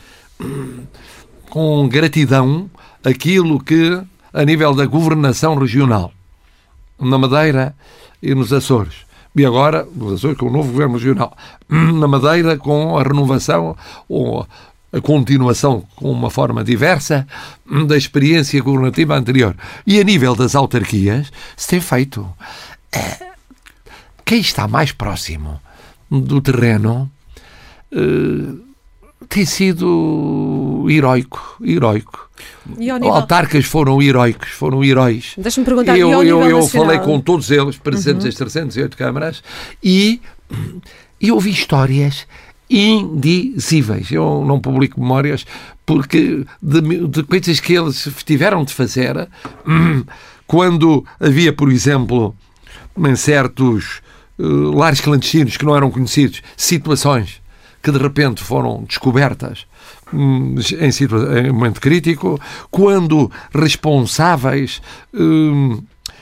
com gratidão aquilo que, a nível da governação regional, na Madeira e nos Açores, e agora, nos Açores, com o novo governo regional, na Madeira, com a renovação ou a continuação com uma forma diversa da experiência governativa anterior. E a nível das autarquias, se tem feito. Quem está mais próximo do terreno tem sido heroico, heroico. Autarcas foram heroicos, foram heróis. Deixa-me perguntar, eu, e ao eu, nível eu nacional? falei com todos eles, presidentes das trezentas e oito câmaras, e eu ouvi histórias indizíveis. Eu não publico memórias porque de, de coisas que eles tiveram de fazer quando havia, por exemplo, em certos uh, lares clandestinos que não eram conhecidos, situações que de repente foram descobertas em, situa- em momento crítico, quando responsáveis hum,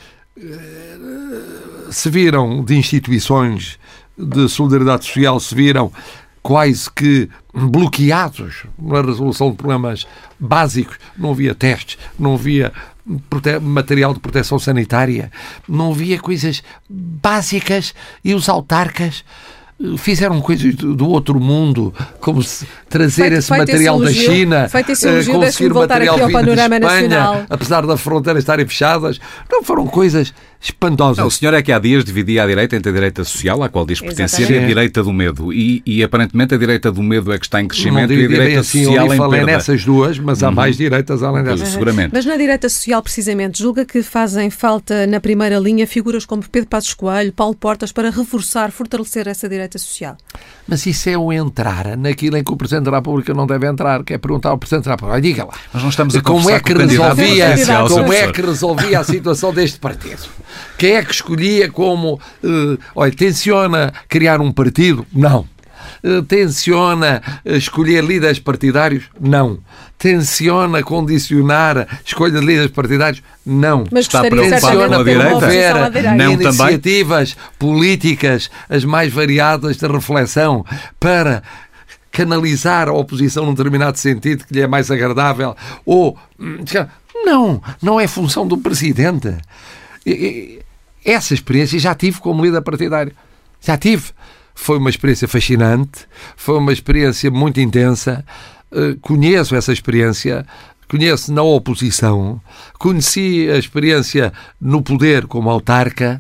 se viram de instituições de solidariedade social, se viram quase que bloqueados na resolução de problemas básicos. Não havia testes, não havia prote- material de proteção sanitária, não havia coisas básicas, e os autarcas fizeram coisas do outro mundo, como se trazer feito, esse feito material esse elogio, da China, feito esse elogio, conseguir voltar material aqui ao vindo de panorama Espanha, nacional. apesar das fronteiras estarem fechadas. Não, foram coisas espantosas. Não, o senhor é que há dias dividia a direita entre a direita social, à qual diz pertencer, e a direita do medo. E, e aparentemente a direita do medo é que está em crescimento e a direita assim, social em falei perda. Nessas duas, mas há uhum. mais direitas além dessas. Seguramente. Mas na direita social, precisamente, julga que fazem falta na primeira linha figuras como Pedro Passos Coelho, Paulo Portas, para reforçar, fortalecer essa direita social? Mas isso é o entrar naquilo em que o Presidente da República não deve entrar, que é perguntar ao Presidente da República, diga lá, mas não estamos a como é que resolvia, como é que professor. resolvia a situação deste partido? Quem é que escolhia como, uh, olha, tenciona criar um partido? Não. Uh, tenciona escolher líderes partidários? Não. Tenciona condicionar a escolha de líderes partidários? Não. Mas está preocupado com a direita? Não iniciativas também? políticas as mais variadas de reflexão para canalizar a oposição num determinado sentido que lhe é mais agradável, ou não, não é função do Presidente. Essa experiência já tive como líder partidário. Já tive. Foi uma experiência fascinante, foi uma experiência muito intensa. Conheço essa experiência, conheço na oposição, conheci a experiência no poder como autarca,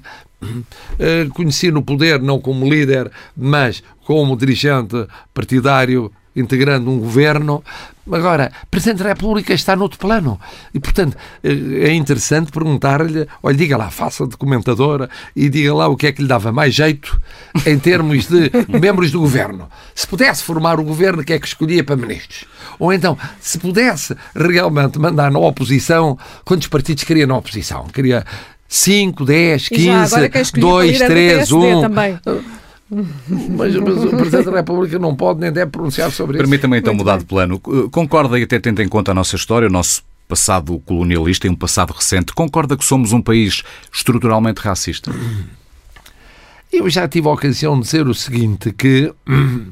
conheci no poder não como líder, mas como dirigente partidário integrando um governo. Agora, o Presidente da República está noutro plano. E, portanto, é interessante perguntar-lhe, olha, diga lá, faça de comentadora e diga lá o que é que lhe dava mais jeito em termos de membros do governo. Se pudesse formar o governo, o que é que escolhia para ministros? Ou então, se pudesse realmente mandar na oposição, quantos partidos queria na oposição? Queria cinco, dez, quinze, dois, três, um... também. Mas, mas o Presidente da República não pode nem deve pronunciar sobre isso. Permita-me então Muito mudar bem. de plano. Concorda, e até tendo em conta a nossa história, o nosso passado colonialista e um passado recente, concorda que somos um país estruturalmente racista? Eu já tive a ocasião de dizer o seguinte, que uh,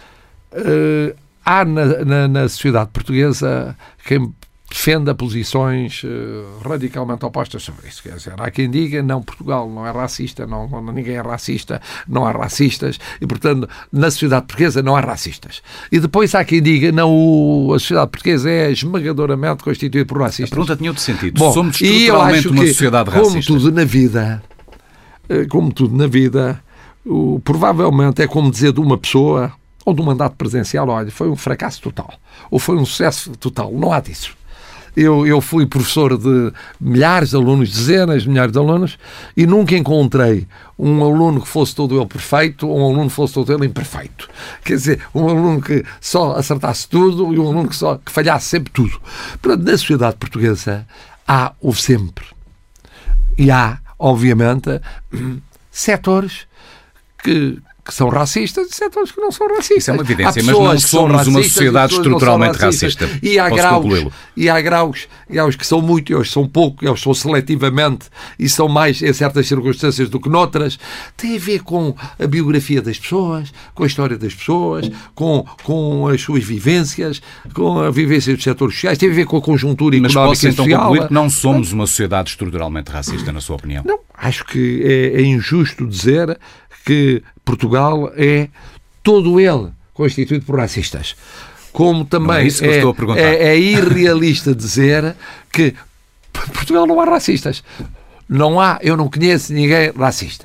há na, na, na sociedade portuguesa quem defenda posições uh, radicalmente opostas sobre isso. Quer dizer, há quem diga, não, Portugal não é racista, não, não, ninguém é racista, não há racistas, e, portanto, na sociedade portuguesa não há racistas. E depois há quem diga, não, o, a sociedade portuguesa é esmagadoramente constituída por racistas. A pergunta tinha outro sentido. Bom, Somos e eu estruturalmente acho uma que, sociedade como racista. tudo na vida, como tudo na vida, o, provavelmente é como dizer de uma pessoa, ou de um mandato presidencial, olha, foi um fracasso total, ou foi um sucesso total. Não há disso. Eu, eu fui professor de milhares de alunos, dezenas de milhares de alunos, e nunca encontrei um aluno que fosse todo ele perfeito ou um aluno que fosse todo ele imperfeito. Quer dizer, um aluno que só acertasse tudo e um aluno que, só, que falhasse sempre tudo. Portanto, na sociedade portuguesa há, houve sempre, e há, obviamente, setores que... que são racistas e setores que não são racistas. Isso é uma evidência, mas não somos uma sociedade estruturalmente racista. E há, graus, e há graus, graus que são muito, e hoje são pouco, e hoje são seletivamente, e são mais em certas circunstâncias do que noutras. Tem a ver com a biografia das pessoas, com a história das pessoas, com, com as suas vivências, com a vivência dos setores sociais, tem a ver com a conjuntura mas económica posso, e então, social. concluir que não somos uma sociedade estruturalmente racista, na sua opinião? Não, acho que é, é injusto dizer que Portugal é todo ele constituído por racistas. Como também é, é, é, é irrealista dizer que Portugal não há racistas. Não há, eu não conheço ninguém racista.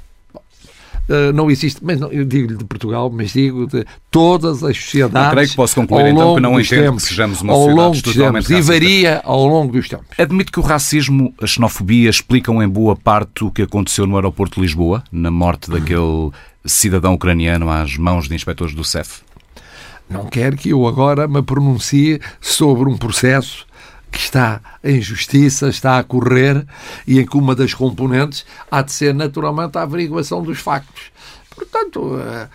Uh, não existe, mas não, eu digo-lhe de Portugal, mas digo de todas as sociedades. Eu creio que posso concluir então que não entendo tempos, que sejamos uma sociedade totalmente racista. E varia ao longo dos tempos. Admite que o racismo, a xenofobia explicam em boa parte o que aconteceu no aeroporto de Lisboa, na morte daquele cidadão ucraniano às mãos de inspectores do C E F? Não quero que eu agora me pronuncie sobre um processo que está em justiça, está a correr e em que uma das componentes há de ser naturalmente a averiguação dos factos. Portanto,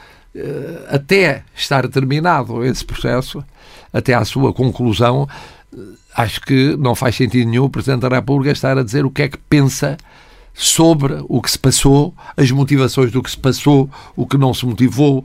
até estar terminado esse processo, até à sua conclusão, acho que não faz sentido nenhum o Presidente da República estar a dizer o que é que pensa sobre o que se passou, as motivações do que se passou, o que não se motivou.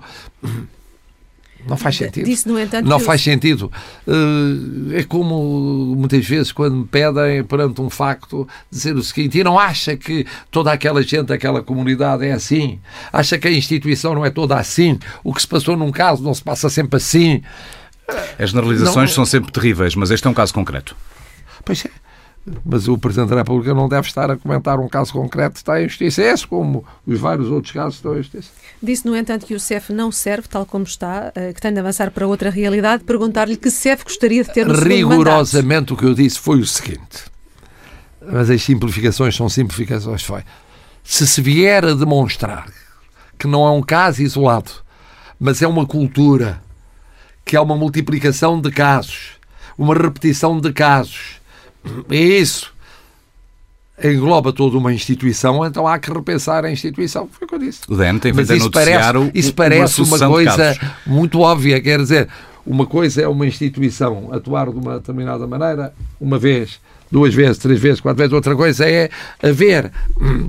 Não faz sentido. Disse, no entanto, não que faz eu... sentido. Uh, é como muitas vezes quando me pedem perante um facto dizer o seguinte: e não acha que toda aquela gente, aquela comunidade é assim? Acha que a instituição não é toda assim? O que se passou num caso não se passa sempre assim? As generalizações não... são sempre terríveis, mas este é um caso concreto. Pois é. Mas o Presidente da República não deve estar a comentar um caso concreto, está em justiça. É esse, como os vários outros casos estão em justiça. Disse, no entanto, que o C E F não serve, tal como está, que tem de avançar para outra realidade. Perguntar-lhe que C E F gostaria de ter no segundo mandato. Rigorosamente o que eu disse foi o seguinte, mas as simplificações são simplificações. Foi. Se se vier a demonstrar que não é um caso isolado, mas é uma cultura, que há uma multiplicação de casos, uma repetição de casos, é isso, engloba toda uma instituição, então há que repensar a instituição. Foi o que eu disse. O D N tem Mas vindo a isso noticiar parece, isso parece uma, uma coisa muito óbvia. Quer dizer, uma coisa é uma instituição atuar de uma determinada maneira, uma vez, duas vezes, três vezes, quatro vezes. Outra coisa é haver hum,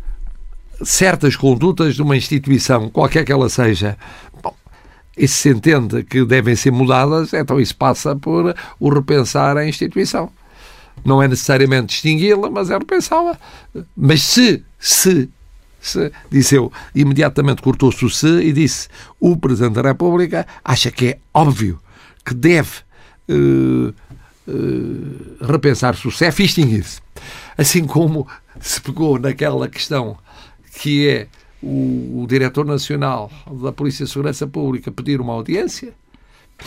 certas condutas de uma instituição, qualquer que ela seja. Bom, e se entende que devem ser mudadas, então isso passa por o repensar a instituição. Não é necessariamente distingui-la, mas é repensá-la. Mas se, se, se, disse eu, imediatamente cortou-se o se e disse: o Presidente da República acha que é óbvio que deve uh, uh, repensar-se o C E F e extinguir-se. Assim como se pegou naquela questão que é o, o Diretor Nacional da Polícia de Segurança Pública pedir uma audiência,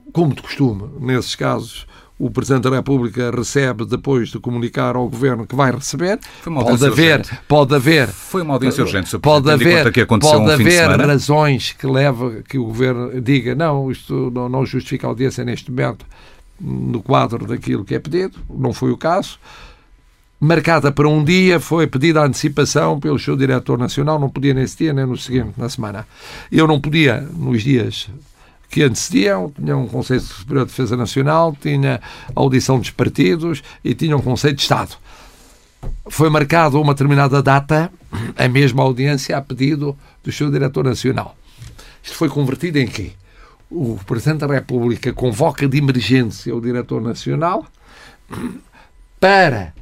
como de costume, nesses casos, o Presidente da República recebe depois de comunicar ao Governo que vai receber. Foi uma audiência pode haver, urgente. Pode haver, Foi uma audiência urgente, Senhor pode Presidente, haver, tendo em conta que aconteceu pode um fim de haver semana. razões que levam que o Governo diga não, isto não, não justifica a audiência neste momento no quadro daquilo que é pedido. Não foi o caso. Marcada para um dia, foi pedida a antecipação pelo seu Diretor Nacional, não podia nesse dia nem no seguinte, na semana. Eu não podia nos dias que antecediam, tinha um Conselho Superior de Defesa Nacional, tinha a audição dos partidos e tinha um Conselho de Estado. Foi marcado uma determinada data, a mesma audiência a pedido do seu Diretor Nacional. Isto foi convertido em quê? O Presidente da República convoca de emergência o Diretor Nacional para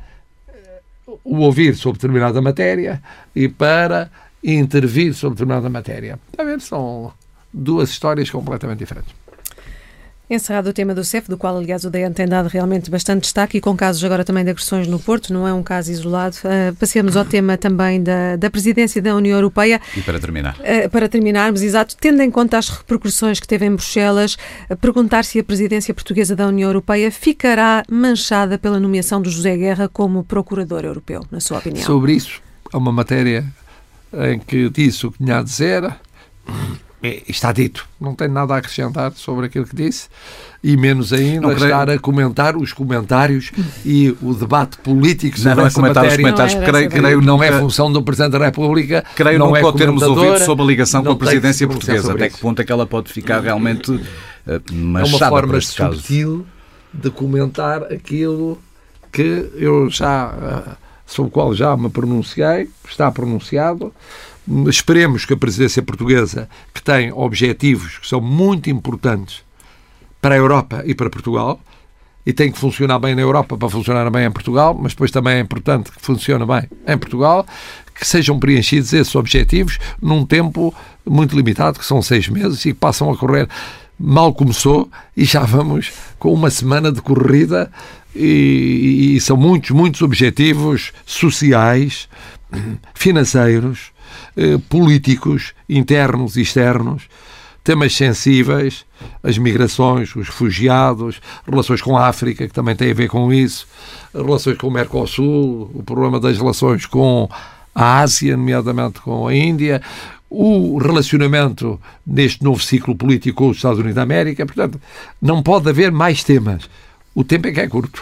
o ouvir sobre determinada matéria e para intervir sobre determinada matéria. A ver, são duas histórias completamente diferentes. Encerrado o tema do C E F, do qual, aliás, o D N tem dado realmente bastante destaque e com casos agora também de agressões no Porto, não é um caso isolado. Uh, passemos ao tema também da, da presidência da União Europeia. E para terminar? Uh, para terminarmos, exato, tendo em conta as repercussões que teve em Bruxelas, uh, perguntar se a presidência portuguesa da União Europeia ficará manchada pela nomeação de José Guerra como procurador europeu, na sua opinião. Sobre isso, há uma matéria em que disse o que tinha a dizer. Está dito. Não tenho nada a acrescentar sobre aquilo que disse e menos ainda creio... estar a comentar os comentários e o debate político sobre não, não é essa comentar matéria. Os comentários. Não, creio, creio não nunca... é função do Presidente da República. Creio não nunca é o termos ouvido sobre a ligação com a presidência portuguesa. Até isso. que ponto é que ela pode ficar realmente uh, manchada é uma forma por este caso? subtil de comentar aquilo que eu já, uh, sobre o qual já me pronunciei, está pronunciado. Esperemos que a presidência portuguesa, que tem objetivos que são muito importantes para a Europa e para Portugal, e tem que funcionar bem na Europa para funcionar bem em Portugal, mas depois também é importante que funcione bem em Portugal, que sejam preenchidos esses objetivos num tempo muito limitado, que são seis meses, e que passam a correr. Mal começou e já vamos com uma semana de corrida e, e são muitos, muitos objetivos sociais, financeiros, eh, políticos, internos e externos, temas sensíveis, as migrações, os refugiados, relações com a África, que também tem a ver com isso, relações com o Mercosul, o problema das relações com a Ásia, nomeadamente com a Índia, o relacionamento neste novo ciclo político com os Estados Unidos da América. Portanto, não pode haver mais temas. O tempo é que é curto.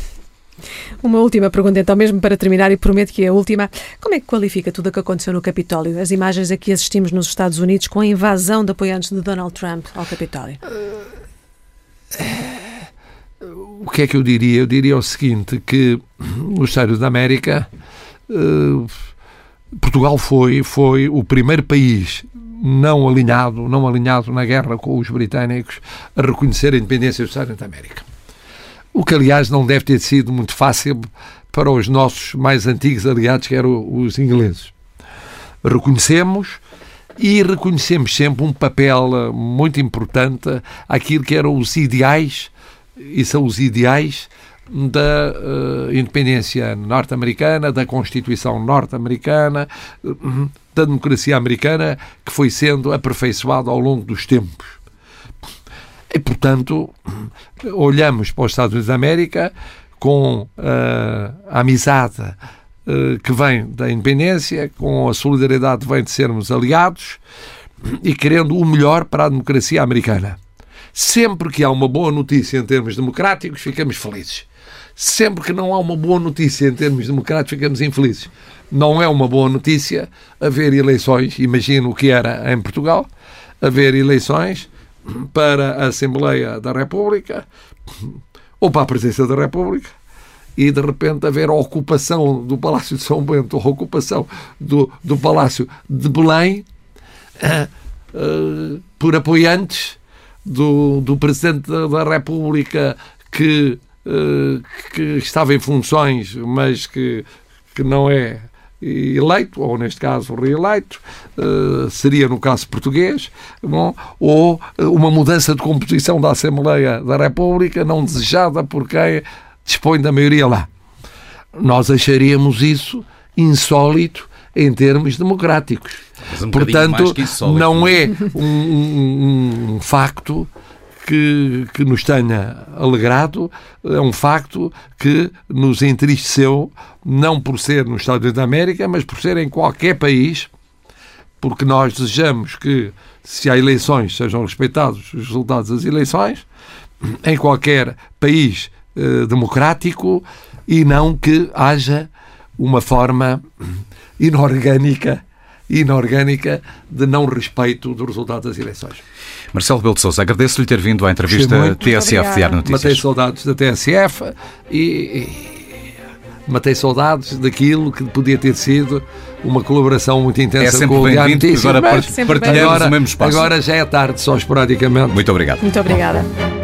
Uma última pergunta, então, mesmo para terminar, e prometo que é a última. Como é que qualifica tudo o que aconteceu no Capitólio? As imagens a que assistimos nos Estados Unidos com a invasão de apoiantes de Donald Trump ao Capitólio? O que é que eu diria? Eu diria o seguinte, que nos Estados Unidos da América, uh, Portugal foi, foi o primeiro país não alinhado, não alinhado na guerra com os britânicos a reconhecer a independência dos Estados Unidos da América. O que, aliás, não deve ter sido muito fácil para os nossos mais antigos aliados, que eram os ingleses. Reconhecemos e reconhecemos sempre um papel muito importante àquilo que eram os ideais, e são os ideais da uh, independência norte-americana, da Constituição norte-americana, uh, da democracia americana, que foi sendo aperfeiçoada ao longo dos tempos. E, portanto, olhamos para os Estados Unidos da América com uh, a amizade uh, que vem da independência, com a solidariedade que vem de sermos aliados e querendo o melhor para a democracia americana. Sempre que há uma boa notícia em termos democráticos, ficamos felizes. Sempre que não há uma boa notícia em termos democráticos, ficamos infelizes. Não é uma boa notícia haver eleições, imagino o que era em Portugal, haver eleições para a Assembleia da República ou para a Presidência da República e de repente haver a ocupação do Palácio de São Bento, a ocupação do, do Palácio de Belém uh, uh, por apoiantes do, do Presidente da, da República que, uh, que estava em funções, mas que, que não é eleito, ou neste caso reeleito, uh, seria no caso português, bom, ou uma mudança de composição da Assembleia da República não desejada por quem dispõe da maioria lá. Nós acharíamos isso insólito em termos democráticos. Um Portanto, insólito, não é um, um, um facto que, que nos tenha alegrado, é um facto que nos entristeceu, não por ser nos Estados Unidos da América, mas por ser em qualquer país, porque nós desejamos que, se há eleições, sejam respeitados os resultados das eleições, em qualquer país eh, democrático, e não que haja uma forma inorgânica, inorgânica de não respeito do resultado das eleições. Marcelo Rebelo de Sousa, agradeço-lhe ter vindo à entrevista T S F Diário Notícias. Matei saudades da T S F e, e matei saudades daquilo que podia ter sido uma colaboração muito intensa é com o Diário Notícias. Agora partilhamos agora, o mesmo espaço. Agora já é tarde, só esporadicamente. Muito obrigado. Muito obrigada.